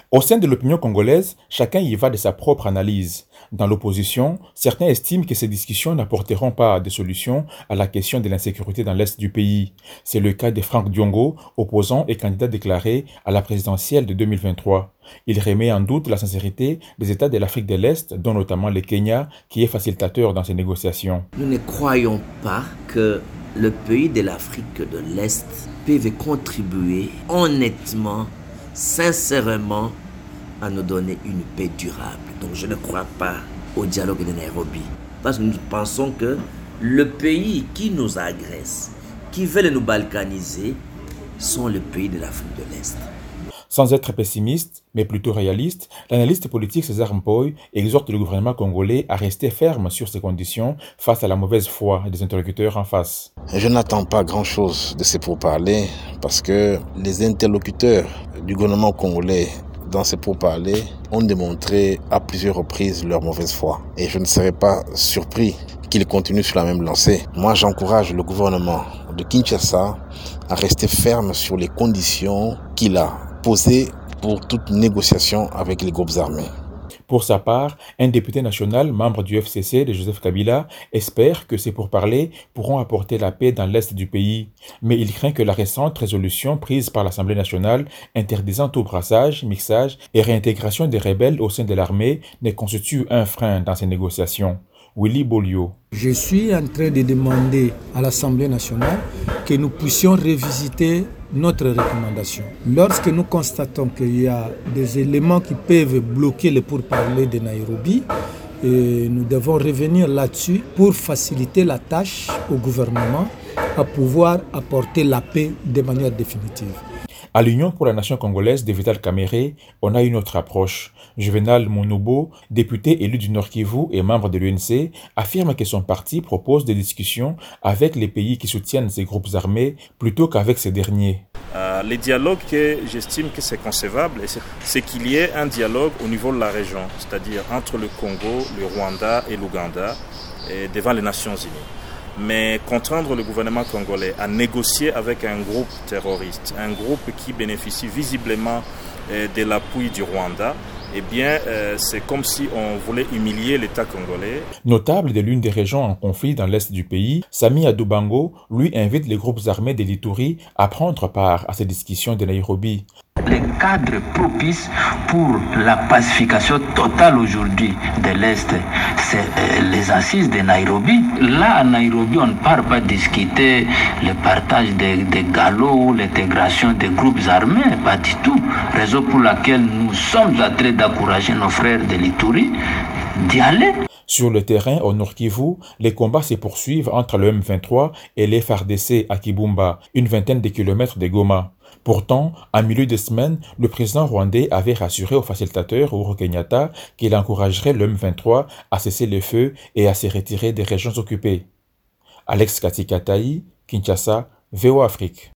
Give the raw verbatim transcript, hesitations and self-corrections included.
Au sein de l'opinion congolaise, chacun y va de sa propre analyse. Dans l'opposition, certains estiment que ces discussions n'apporteront pas de solution à la question de l'insécurité dans l'est du pays. C'est le cas de Franck Diongo, opposant et candidat déclaré à la présidentielle de deux mille vingt-trois. Il remet en doute la sincérité des États de l'Afrique de l'Est, dont notamment le Kenya, qui est facilitateur dans ces négociations. Nous ne croyons pas que le pays de l'Afrique de l'Est peut contribuer honnêtement, sincèrement, à nous donner une paix durable. Donc je ne crois pas au dialogue de Nairobi. Parce que nous pensons que le pays qui nous agresse, qui veut nous balkaniser, sont les pays de l'Afrique de l'Est. Sans être pessimiste, mais plutôt réaliste, l'analyste politique César Mpoy exhorte le gouvernement congolais à rester ferme sur ces conditions face à la mauvaise foi des interlocuteurs en face. Je n'attends pas grand-chose de ces pourparlers parce que les interlocuteurs du gouvernement congolais dans ces pourparlers ont démontré à plusieurs reprises leur mauvaise foi. Et je ne serais pas surpris qu'ils continuent sur la même lancée. Moi, j'encourage le gouvernement de Kinshasa à rester ferme sur les conditions qu'il a posées pour toute négociation avec les groupes armés. Pour sa part, un député national, membre du F C C de Joseph Kabila, espère que ces pourparlers pourront apporter la paix dans l'est du pays. Mais il craint que la récente résolution prise par l'Assemblée nationale interdisant tout brassage, mixage et réintégration des rebelles au sein de l'armée ne constitue un frein dans ces négociations. Willy Bolio. Je suis en train de demander à l'Assemblée nationale que nous puissions revisiter notre recommandation. Lorsque nous constatons qu'il y a des éléments qui peuvent bloquer les pourparlers de Nairobi, et nous devons revenir là-dessus pour faciliter la tâche au gouvernement à pouvoir apporter la paix de manière définitive. À l'Union pour la nation congolaise de Vital Kamerhe, on a une autre approche. Juvenal Monubo, député élu du Nord Kivu et membre de l'U N C, affirme que son parti propose des discussions avec les pays qui soutiennent ces groupes armés plutôt qu'avec ces derniers. Euh, les dialogues que j'estime que c'est concevable, c'est qu'il y ait un dialogue au niveau de la région, c'est-à-dire entre le Congo, le Rwanda et l'Ouganda, et devant les Nations Unies. Mais contraindre le gouvernement congolais à négocier avec un groupe terroriste, un groupe qui bénéficie visiblement de l'appui du Rwanda, eh bien, euh, c'est comme si on voulait humilier l'État congolais. Notable de l'une des régions en conflit dans l'est du pays, Sami Adoubango, lui, invite les groupes armés de l'Ituri à prendre part à ces discussions de Nairobi. Les cadres propices pour la pacification totale aujourd'hui de l'Est, c'est les assises de Nairobi. Là, à Nairobi, on ne part pas discuter le partage des, des galops, l'intégration des groupes armés, pas du tout. Raison pour laquelle nous sommes en train d'encourager nos frères de l'Ituri d'y aller. Sur le terrain, au Nord Kivu, les combats se poursuivent entre le M vingt-trois et les F A R D C à Kibumba, une vingtaine de kilomètres de Goma. Pourtant, en milieu de semaine, le président rwandais avait rassuré au facilitateur Uhuru Kenyatta qu'il encouragerait le M vingt-trois à cesser le feu et à se retirer des régions occupées. Alex Katikataï, Kinshasa, V O Afrique.